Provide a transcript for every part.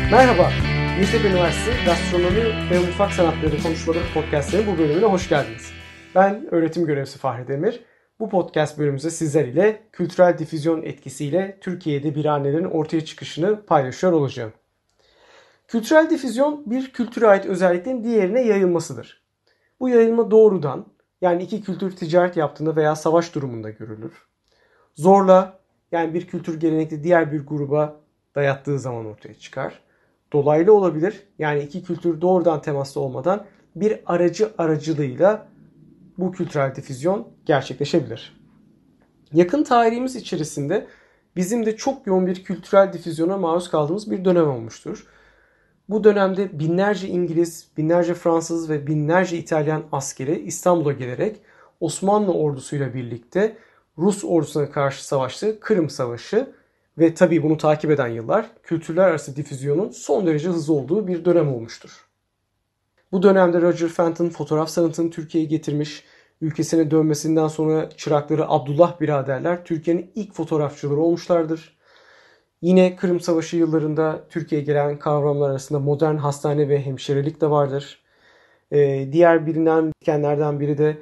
Merhaba, Yeditepe Üniversitesi Gastronomi ve Mutfak Sanatları Konuşmaları Podcast'lerin bu bölümüne hoş geldiniz. Ben öğretim görevlisi Fahri Demir. Bu podcast bölümümüzde sizler ile kültürel difüzyon etkisiyle Türkiye'de birhanelerin ortaya çıkışını paylaşıyor olacağım. Kültürel difüzyon bir kültüre ait özelliklerin diğerine yayılmasıdır. Bu yayılma doğrudan, yani iki kültür ticaret yaptığında veya savaş durumunda görülür. Zorla, yani bir kültür gelenekli diğer bir gruba dayattığı zaman ortaya çıkar. Dolaylı olabilir, yani iki kültür doğrudan temaslı olmadan bir aracı aracılığıyla bu kültürel difüzyon gerçekleşebilir. Yakın tarihimiz içerisinde bizim de çok yoğun bir kültürel difüzyona maruz kaldığımız bir dönem olmuştur. Bu dönemde binlerce İngiliz, binlerce Fransız ve binlerce İtalyan askeri İstanbul'a gelerek Osmanlı ordusuyla birlikte Rus ordusuna karşı savaştığı Kırım Savaşı ve tabii bunu takip eden yıllar kültürler arası difüzyonun son derece hızlı olduğu bir dönem olmuştur. Bu dönemde Roger Fenton fotoğraf sanatını Türkiye'ye getirmiş, ülkesine dönmesinden sonra çırakları Abdullah biraderler Türkiye'nin ilk fotoğrafçıları olmuşlardır. Yine Kırım Savaşı yıllarında Türkiye'ye gelen kavramlar arasında modern hastane ve hemşirelik de vardır. Diğer bilinen etkenlerden biri de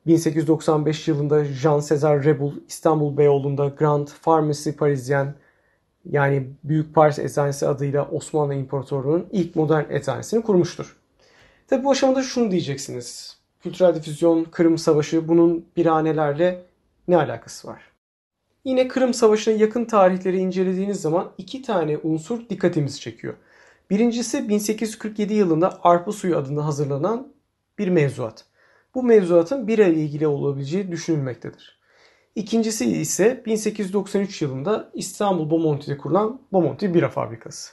1895 yılında Jean César Reboul İstanbul Beyoğlu'nda Grand Pharmacie Parisienne, yani Büyük Paris Eczanesi adıyla Osmanlı İmparatorluğu'nun ilk modern eczanesini kurmuştur. Tabi bu aşamada şunu diyeceksiniz. Kültürel difüzyon, Kırım Savaşı, bunun birhanelerle ne alakası var? Yine Kırım Savaşı'na yakın tarihleri incelediğiniz zaman iki tane unsur dikkatimizi çekiyor. Birincisi 1847 yılında Arpa Suyu adında hazırlanan bir mevzuat. Bu mevzuatın bira ile ilgili olabileceği düşünülmektedir. İkincisi ise 1893 yılında İstanbul Bomonti'de kurulan Bomonti Bira Fabrikası.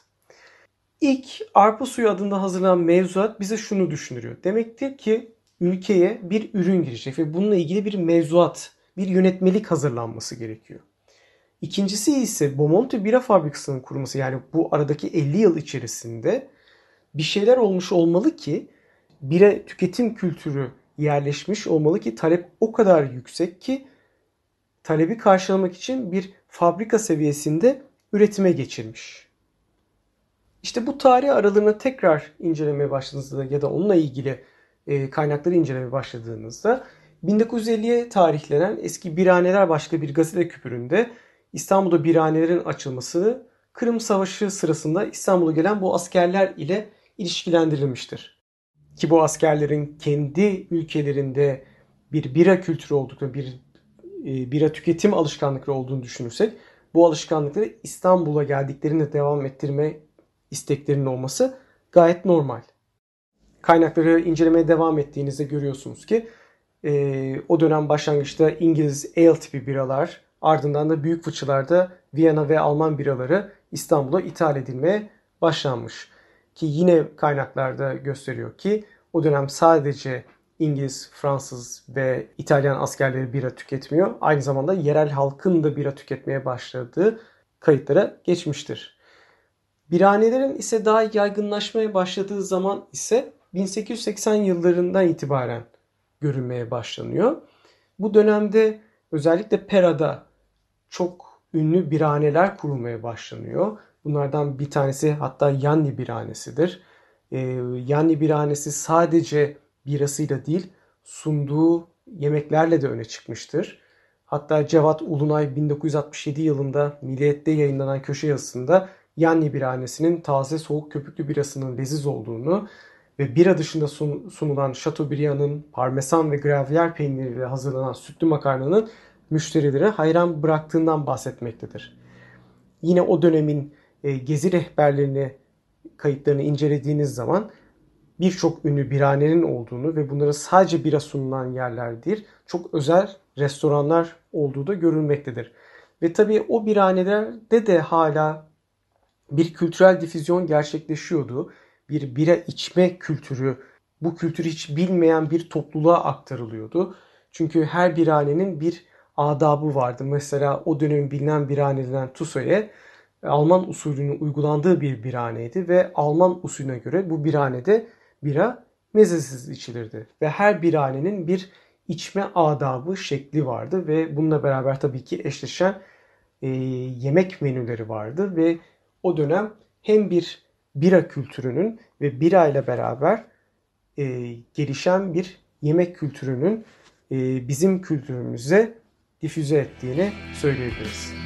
İlk Arpa Suyu adında hazırlanan mevzuat bize şunu düşündürüyor. Demektir ki ülkeye bir ürün girecek ve bununla ilgili bir mevzuat, bir yönetmelik hazırlanması gerekiyor. İkincisi ise Bomonti Bira Fabrikası'nın kurulması, yani bu aradaki 50 yıl içerisinde bir şeyler olmuş olmalı ki bira tüketim kültürü yerleşmiş olmalı ki talep o kadar yüksek ki talebi karşılamak için bir fabrika seviyesinde üretime geçilmiş. İşte bu tarih aralığını tekrar incelemeye başladığınızda ya da onunla ilgili kaynakları incelemeye başladığınızda 1950'ye tarihlenen Eski Birhaneler başka bir gazete küpüründe İstanbul'da birhanelerin açılmasını Kırım Savaşı sırasında İstanbul'a gelen bu askerler ile ilişkilendirilmiştir. Ki bu askerlerin kendi ülkelerinde bir bira kültürü olduklarını, bir bira tüketim alışkanlıkları olduğunu düşünürsek bu alışkanlıkları İstanbul'a geldiklerinde devam ettirme isteklerinin olması gayet normal. Kaynakları incelemeye devam ettiğinizde görüyorsunuz ki o dönem başlangıçta İngiliz ale tipi biralar, ardından da büyük fıçılarda Viyana ve Alman biraları İstanbul'a ithal edilmeye başlanmış. Ki yine kaynaklarda gösteriyor ki o dönem sadece İngiliz, Fransız ve İtalyan askerleri bira tüketmiyor. Aynı zamanda yerel halkın da bira tüketmeye başladığı kayıtlara geçmiştir. Birhanelerin ise daha yaygınlaşmaya başladığı zaman ise 1880 yıllarından itibaren görülmeye başlanıyor. Bu dönemde özellikle Pera'da çok ünlü birhaneler kurulmaya başlanıyor. Bunlardan bir tanesi hatta Yanni Birhanesi'dir. Yanni Birhanesi sadece birasıyla değil, sunduğu yemeklerle de öne çıkmıştır. Hatta Cevat Ulunay 1967 yılında Milliyet'te yayınlanan köşe yazısında Yanni Birhanesi'nin taze soğuk köpüklü birasının leziz olduğunu ve bira dışında sunulan Chateaubriand'ın parmesan ve gravyer peyniriyle hazırlanan sütlü makarnanın müşterilere hayran bıraktığından bahsetmektedir. Yine o dönemin gezi rehberlerini, kayıtlarını incelediğiniz zaman birçok ünlü birhanenin olduğunu ve bunlara sadece bira sunulan yerler değil, çok özel restoranlar olduğu da görülmektedir. Ve tabii o birhanelerde de hala bir kültürel difüzyon gerçekleşiyordu. Bir bira içme kültürü, bu kültürü hiç bilmeyen bir topluluğa aktarılıyordu. Çünkü her birhanenin bir adabı vardı. Mesela o dönemin bilinen birhanelerinden Tusoye, Alman usulünün uygulandığı bir birhaneydi ve Alman usulüne göre bu birhanede bira mezesiz içilirdi. Ve her birhanenin bir içme adabı, şekli vardı ve bununla beraber tabii ki eşleşen yemek menüleri vardı ve o dönem hem bir bira kültürünün ve bira ile beraber gelişen bir yemek kültürünün bizim kültürümüze difüze ettiğini söyleyebiliriz.